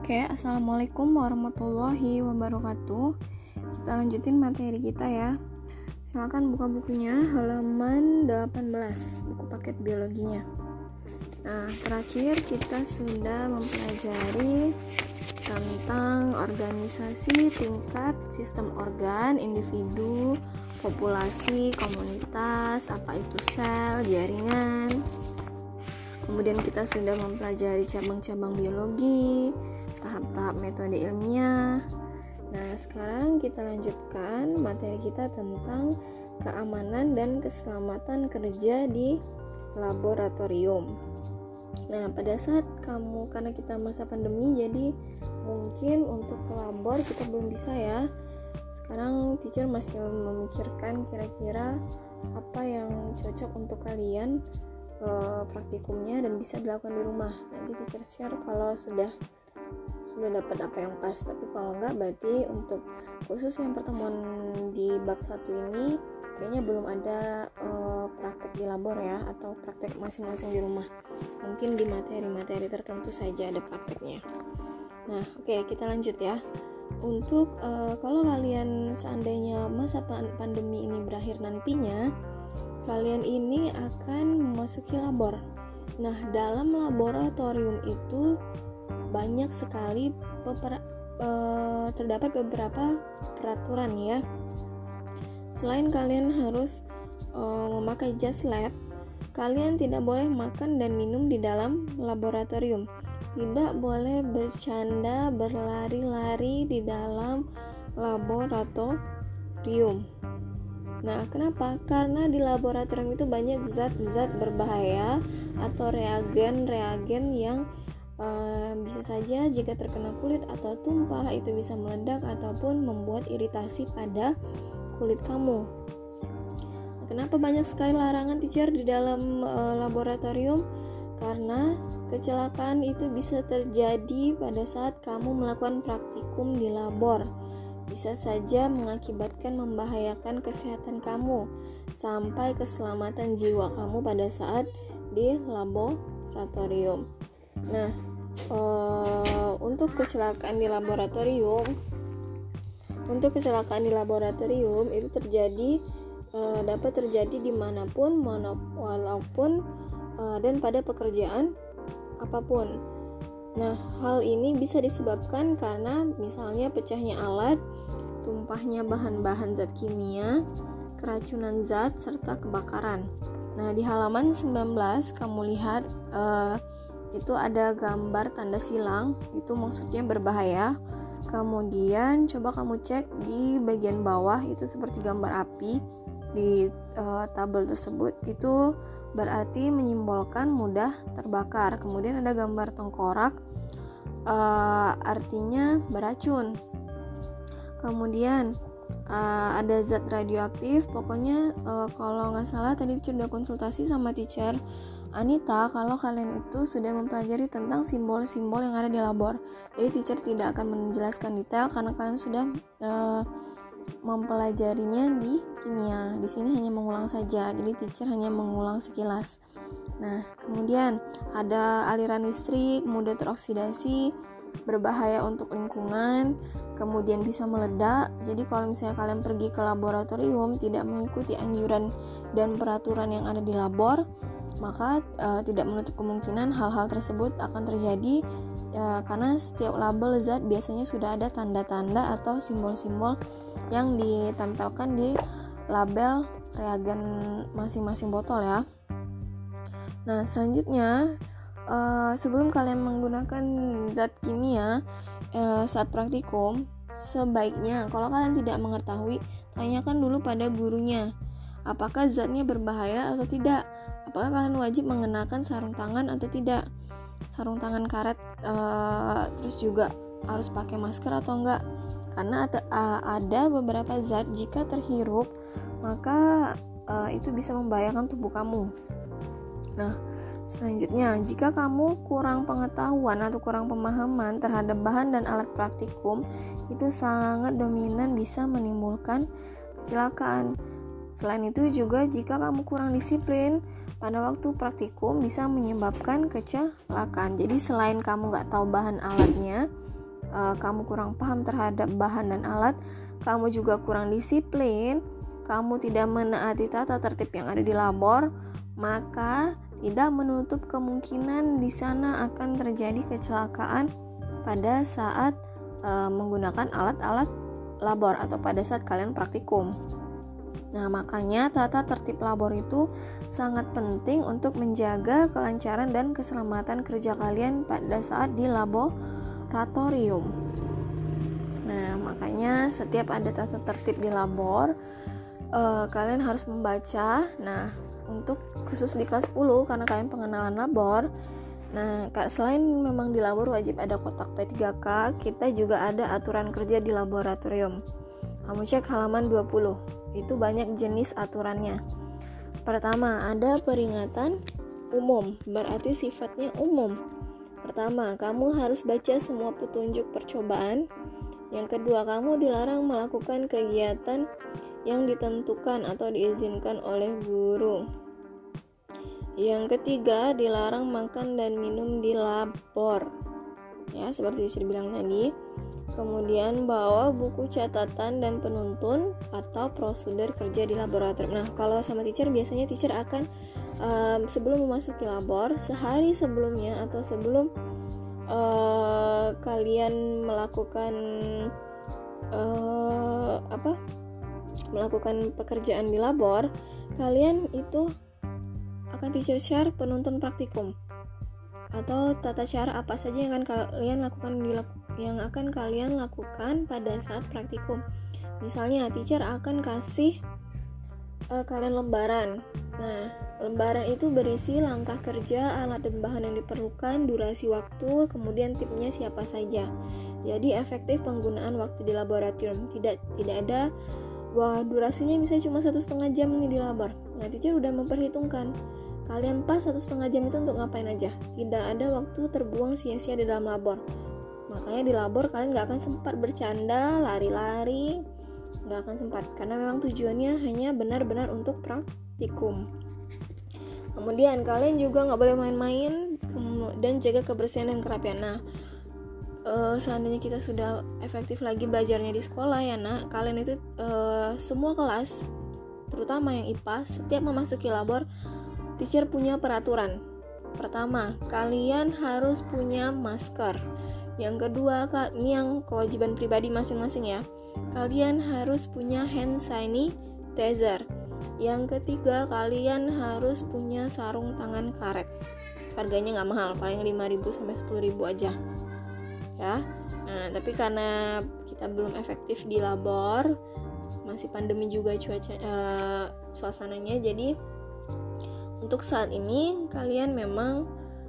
Oke, assalamualaikum warahmatullahi wabarakatuh. Kita lanjutin materi kita ya. Silakan buka bukunya halaman 18, buku paket biologinya. Nah, terakhir kita sudah mempelajari tentang organisasi tingkat sistem organ, individu, populasi, komunitas, apa itu sel, jaringan. Kemudian kita sudah mempelajari cabang-cabang biologi, tahap-tahap metode ilmiah. Nah, sekarang kita lanjutkan materi kita tentang keamanan dan keselamatan kerja di laboratorium. Nah, pada saat karena kita masa pandemi, jadi mungkin untuk ke labor kita belum bisa ya. Sekarang teacher masih memikirkan kira-kira apa yang cocok untuk kalian praktikumnya dan bisa dilakukan di rumah. Nanti teacher share kalau sudah dapat apa yang pas. Tapi kalau enggak, berarti untuk khusus yang pertemuan di bab 1 ini kayaknya belum ada praktek di labor ya, atau praktek masing-masing di rumah. Mungkin di materi-materi tertentu saja ada prakteknya. Nah, oke, kita lanjut ya. Untuk kalau kalian seandainya masa pandemi ini berakhir nantinya, kalian ini akan memasuki labor. Nah, dalam laboratorium itu banyak sekali terdapat beberapa peraturan ya. Selain kalian harus memakai jas lab, kalian tidak boleh makan dan minum di dalam laboratorium. Tidak boleh bercanda, berlari-lari di dalam laboratorium. Nah, kenapa? Karena di laboratorium itu banyak zat-zat berbahaya atau reagen yang bisa saja jika terkena kulit atau tumpah itu bisa meledak ataupun membuat iritasi pada kulit kamu. Nah, kenapa banyak sekali larangan teacher di dalam laboratorium? Karena kecelakaan itu bisa terjadi pada saat kamu melakukan praktikum di labor. Bisa saja mengakibatkan membahayakan kesehatan kamu sampai keselamatan jiwa kamu pada saat di laboratorium. Nah, untuk kecelakaan di laboratorium itu dapat terjadi dimanapun, walaupun dan pada pekerjaan apapun. Nah, hal ini bisa disebabkan karena misalnya pecahnya alat, tumpahnya bahan-bahan zat kimia, keracunan zat, serta kebakaran. Nah, di halaman 19 kamu lihat itu ada gambar tanda silang, itu maksudnya berbahaya. Kemudian coba kamu cek di bagian bawah, itu seperti gambar api di tabel tersebut, itu berarti menyimbolkan mudah terbakar. Kemudian ada gambar tengkorak, artinya beracun. Kemudian ada zat radioaktif. Pokoknya kalau nggak salah tadi sudah konsultasi sama teacher Anita, kalau kalian itu sudah mempelajari tentang simbol-simbol yang ada di labor. Jadi teacher tidak akan menjelaskan detail karena kalian sudah mempelajarinya di kimia. Di sini hanya mengulang saja. Jadi teacher hanya mengulang sekilas. Nah, kemudian ada aliran listrik, mudah teroksidasi, berbahaya untuk lingkungan, kemudian bisa meledak. Jadi kalau misalnya kalian pergi ke laboratorium tidak mengikuti anjuran dan peraturan yang ada di labor, maka tidak menutup kemungkinan hal-hal tersebut akan terjadi karena setiap label zat biasanya sudah ada tanda-tanda atau simbol-simbol yang ditempelkan di label reagen masing-masing botol ya. Nah, selanjutnya sebelum kalian menggunakan zat kimia saat praktikum, sebaiknya kalau kalian tidak mengetahui, tanyakan dulu pada gurunya apakah zatnya berbahaya atau tidak. Apakah kalian wajib mengenakan sarung tangan atau tidak, sarung tangan karet, terus juga harus pakai masker atau enggak. Karena ada beberapa zat jika terhirup maka itu bisa membahayakan tubuh kamu. Nah, selanjutnya, jika kamu kurang pengetahuan atau kurang pemahaman terhadap bahan dan alat praktikum, itu sangat dominan bisa menimbulkan kecelakaan. Selain itu juga jika kamu kurang disiplin pada waktu praktikum bisa menyebabkan kecelakaan. Jadi selain kamu nggak tahu bahan alatnya, kamu kurang paham terhadap bahan dan alat, kamu juga kurang disiplin, kamu tidak menaati tata tertib yang ada di labor, maka tidak menutup kemungkinan di sana akan terjadi kecelakaan pada saat menggunakan alat-alat labor atau pada saat kalian praktikum. Nah, makanya tata tertib labor itu sangat penting untuk menjaga kelancaran dan keselamatan kerja kalian pada saat di laboratorium. Nah, makanya setiap ada tata tertib di labor, kalian harus membaca. Nah, untuk khusus di kelas 10 karena kalian pengenalan labor. Nah, selain memang di labor wajib ada kotak P3K, kita juga ada aturan kerja di laboratorium. Kamu cek halaman 20. Itu banyak jenis aturannya. Pertama, ada peringatan umum, berarti sifatnya umum. Pertama, kamu harus baca semua petunjuk percobaan. Yang kedua, kamu dilarang melakukan kegiatan yang ditentukan atau diizinkan oleh guru. Yang ketiga, dilarang makan dan minum di labor. Ya, seperti saya bilang tadi. Kemudian bawa buku catatan dan penuntun atau prosedur kerja di laboratorium. Nah, kalau sama teacher biasanya teacher akan sebelum memasuki labor, sehari sebelumnya atau sebelum kalian melakukan melakukan pekerjaan di labor, kalian itu akan teacher share penuntun praktikum atau tata cara apa saja yang akan kalian lakukan pada saat praktikum. Misalnya teacher akan kasih kalian lembaran. Nah, lembaran itu berisi langkah kerja, alat dan bahan yang diperlukan, durasi waktu, kemudian tipnya siapa saja. Jadi efektif penggunaan waktu di laboratorium. Tidak ada durasinya misalnya cuma 1,5 jam nih di labor. Nah, teacher udah memperhitungkan kalian pas 1,5 jam itu untuk ngapain aja. Tidak ada waktu terbuang sia-sia di dalam labor. Makanya di labor kalian gak akan sempat bercanda, lari-lari, gak akan sempat. Karena memang tujuannya hanya benar-benar untuk praktikum. Kemudian kalian juga gak boleh main-main dan jaga kebersihan dan kerapian. Nah, seandainya kita sudah efektif lagi belajarnya di sekolah ya nak, kalian itu semua kelas, terutama yang IPA, setiap memasuki labor, teacher punya peraturan. Pertama, kalian harus punya masker. Yang kedua, ini yang kewajiban pribadi masing-masing ya. Kalian harus punya hand sanitizer. Yang ketiga, kalian harus punya sarung tangan karet. Harganya nggak mahal, paling 5.000 sampai 10.000 aja. Ya. Nah, tapi karena kita belum efektif di labor, masih pandemi juga suasananya, jadi untuk saat ini kalian memang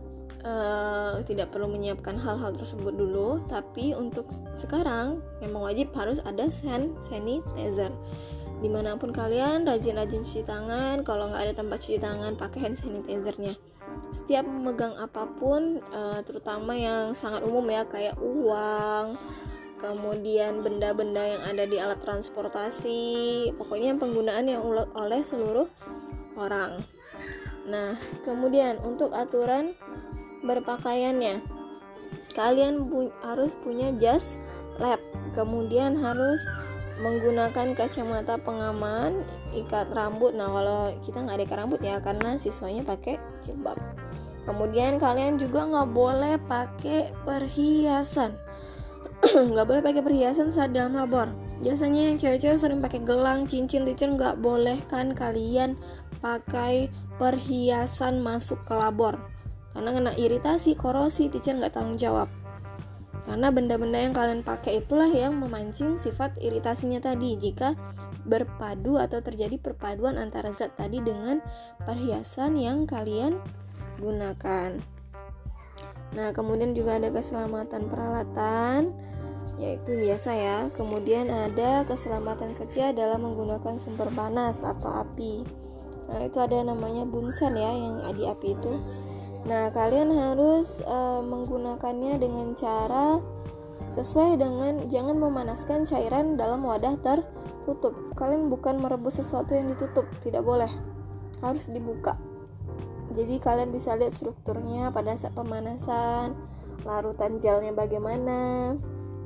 tidak perlu menyiapkan hal-hal tersebut dulu, tapi untuk sekarang memang wajib harus ada hand sanitizer. Dimanapun kalian rajin-rajin cuci tangan, kalau nggak ada tempat cuci tangan pakai hand sanitizernya. Setiap memegang apapun, terutama yang sangat umum ya, kayak uang, kemudian benda-benda yang ada di alat transportasi, pokoknya penggunaan yang oleh seluruh orang. Nah, kemudian untuk aturan berpakaiannya, kalian harus punya jas lab, kemudian harus menggunakan kacamata pengaman, ikat rambut. Nah, kalau kita nggak ada ikat rambut ya, karena siswanya pakai jilbab. Kemudian kalian juga nggak boleh pakai perhiasan. Nggak boleh pakai perhiasan saat dalam labor. Biasanya yang cewek-cewek sering pakai gelang, cincin, teacher nggak boleh kan kalian pakai perhiasan masuk ke labor, karena kena iritasi, korosi, teacher nggak tanggung jawab. Karena benda-benda yang kalian pakai itulah yang memancing sifat iritasinya tadi, jika berpadu atau terjadi perpaduan antara zat tadi dengan perhiasan yang kalian gunakan. Nah, kemudian juga ada keselamatan peralatan, yaitu biasa ya. Kemudian ada keselamatan kerja dalam menggunakan sumber panas atau api. Nah, itu ada namanya bunsen ya, yang di api itu. Nah, kalian harus menggunakannya dengan cara sesuai dengan, jangan memanaskan cairan dalam wadah tertutup. Kalian bukan merebus sesuatu yang ditutup, tidak boleh, harus dibuka. Jadi kalian bisa lihat strukturnya pada saat pemanasan, larutan gelnya bagaimana.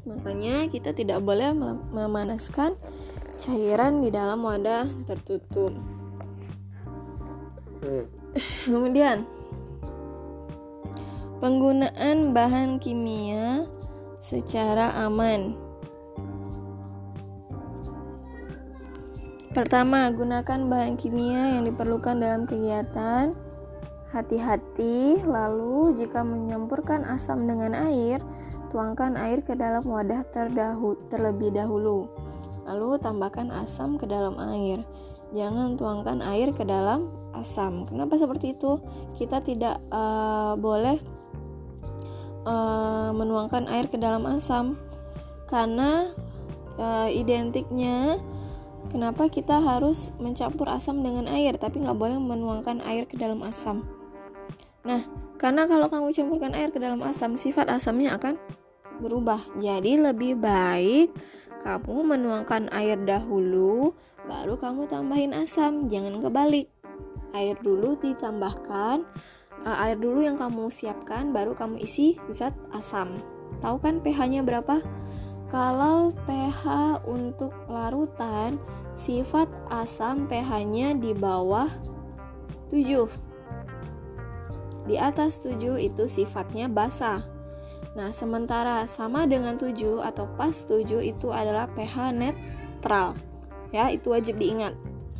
Makanya kita tidak boleh memanaskan cairan di dalam wadah tertutup. Kemudian, penggunaan bahan kimia secara aman. Pertama, gunakan bahan kimia yang diperlukan dalam kegiatan. Hati-hati, lalu jika menyampurkan asam dengan air, tuangkan air ke dalam wadah terlebih dahulu. Lalu tambahkan asam ke dalam air. Jangan tuangkan air ke dalam asam. Kenapa seperti itu? Kita tidak boleh menuangkan air ke dalam asam, karena identiknya kenapa kita harus mencampur asam dengan air tapi nggak boleh menuangkan air ke dalam asam. Nah, karena kalau kamu campurkan air ke dalam asam, sifat asamnya akan berubah. Jadi lebih baik kamu menuangkan air dahulu, baru kamu tambahin asam. Jangan kebalik. Air dulu ditambahkan, air dulu yang kamu siapkan, baru kamu isi zat asam. Tahu kan pH-nya berapa? Kalau pH untuk larutan, sifat asam pH-nya di bawah 7. Di atas 7 itu sifatnya basa. Nah, sementara sama dengan 7 atau pas 7 itu adalah pH netral. Ya, itu wajib diingat.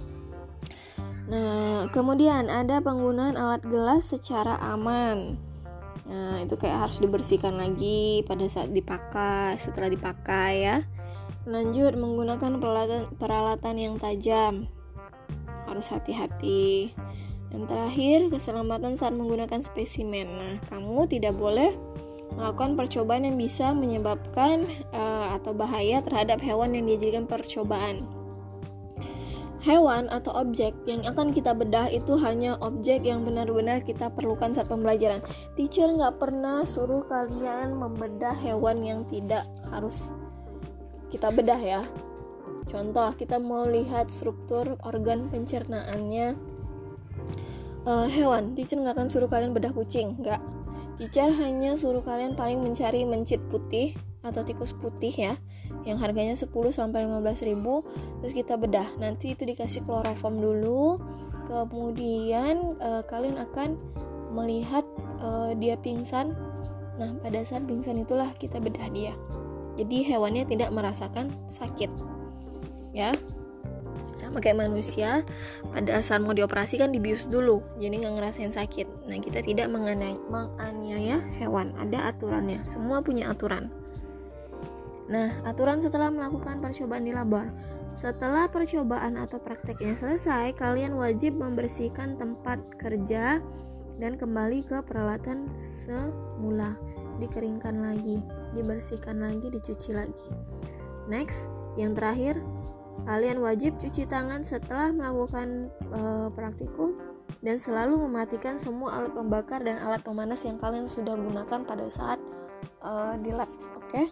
Nah, kemudian ada penggunaan alat gelas secara aman. Nah, itu kayak harus dibersihkan lagi pada saat dipakai, setelah dipakai ya. Lanjut, menggunakan peralatan yang tajam. Harus hati-hati. Yang terakhir, keselamatan saat menggunakan spesimen. Nah, kamu tidak boleh melakukan percobaan yang bisa menyebabkan atau bahaya terhadap hewan yang dijadikan percobaan. Hewan atau objek yang akan kita bedah itu hanya objek yang benar-benar kita perlukan saat pembelajaran. Teacher nggak pernah suruh kalian membedah hewan yang tidak harus kita bedah ya. Contoh, kita mau lihat struktur organ pencernaannya hewan. Teacher nggak akan suruh kalian bedah kucing, nggak. Teacher hanya suruh kalian paling mencari mencit putih atau tikus putih ya, yang harganya 10-15 ribu, terus kita bedah. Nanti itu dikasih kloroform dulu, kemudian kalian akan melihat dia pingsan. Nah, pada saat pingsan itulah kita bedah dia. Jadi hewannya tidak merasakan sakit ya. Sama kayak manusia, pada saat mau dioperasi kan dibius dulu, jadi nggak ngerasain sakit. Nah, kita tidak menganiaya hewan, ada aturannya, semua punya aturan. Nah, aturan setelah melakukan percobaan di labor. Setelah percobaan atau prakteknya selesai, kalian wajib membersihkan tempat kerja dan kembali ke peralatan semula. Dikeringkan lagi, dibersihkan lagi, dicuci lagi. Next, yang terakhir, kalian wajib cuci tangan setelah melakukan praktikum dan selalu mematikan semua alat pembakar dan alat pemanas yang kalian sudah gunakan pada saat di lab. Oke?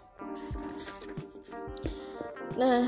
Nah,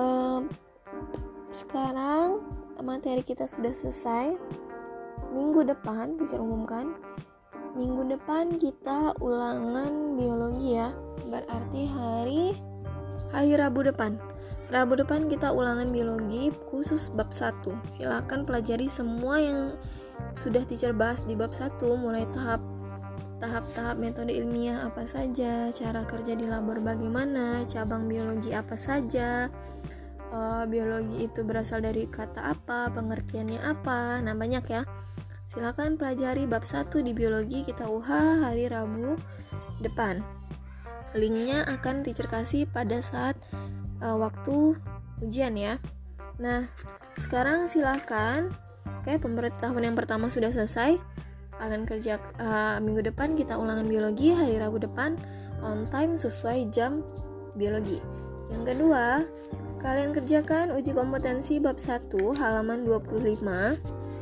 sekarang materi kita sudah selesai. Minggu depan bisa umumkan. Minggu depan kita ulangan biologi ya. Berarti hari Rabu depan. Rabu depan kita ulangan biologi khusus bab 1. Silakan pelajari semua yang sudah teacher bahas di bab 1, mulai tahap-tahap metode ilmiah apa saja, cara kerja di labor bagaimana, cabang biologi apa saja, biologi itu berasal dari kata apa, pengertiannya apa. Nah, banyak ya. Silakan pelajari bab 1 di biologi, kita hari Rabu depan. Linknya akan teacher kasih pada saat waktu ujian ya. Nah, sekarang silakan. Oke, pemberitahuan yang pertama sudah selesai. Kalian kerja minggu depan kita ulangan biologi, hari Rabu depan on time sesuai jam biologi. Yang kedua, kalian kerjakan uji kompetensi bab 1 halaman 25.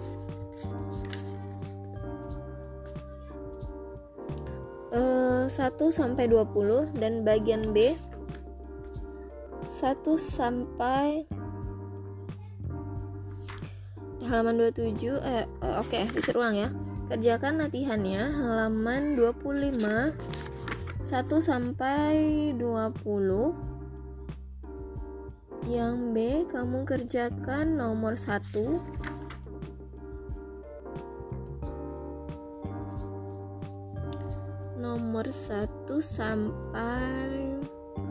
Satu sampai 20 dan bagian B 1 sampai halaman 27. Oke, disuruh ulang ya. Kerjakan latihannya halaman 25 1 sampai 20. Yang B, kamu kerjakan nomor 1. Nomor 1 sampai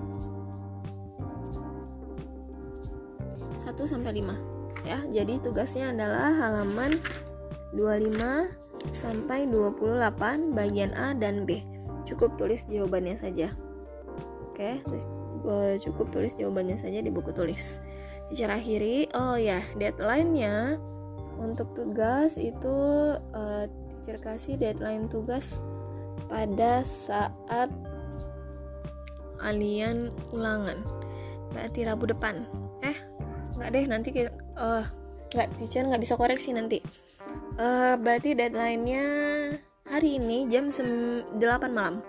5 ya. Jadi tugasnya adalah halaman 25 sampai 28 bagian A dan B. Cukup tulis jawabannya saja. Oke, cukup tulis jawabannya saja di buku tulis. Teacher akhiri. Oh ya, deadline-nya untuk tugas itu teacher kasih deadline tugas pada saat kalian ulangan. Berarti Rabu depan. Enggak deh, nanti enggak, teacher nggak bisa koreksi nanti. Berarti deadline-nya hari ini jam 8 malam.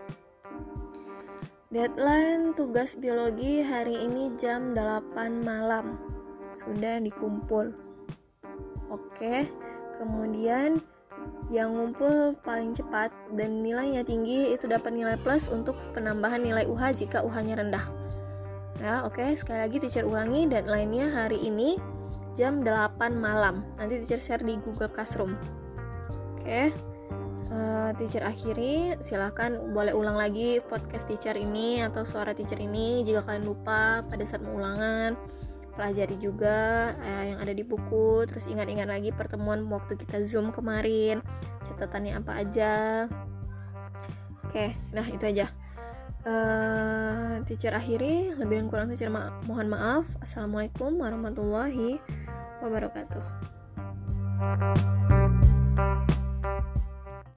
Deadline tugas biologi hari ini jam 8 malam. Sudah dikumpul. Oke. Kemudian yang ngumpul paling cepat dan nilainya tinggi itu dapat nilai plus untuk penambahan nilai UH jika UH-nya rendah. Ya, oke. Sekali lagi teacher ulangi, deadline-nya hari ini jam 8 malam. Nanti teacher share di Google Classroom. Oke. Teacher akhiri, silakan boleh ulang lagi podcast teacher ini atau suara teacher ini jika kalian lupa pada saat mengulangan. Pelajari juga yang ada di buku, terus ingat-ingat lagi pertemuan waktu kita Zoom kemarin, catatannya apa aja. Oke, nah itu aja. Teacher akhiri, lebih dan kurang teacher mohon maaf. Assalamualaikum warahmatullahi wabarakatuh.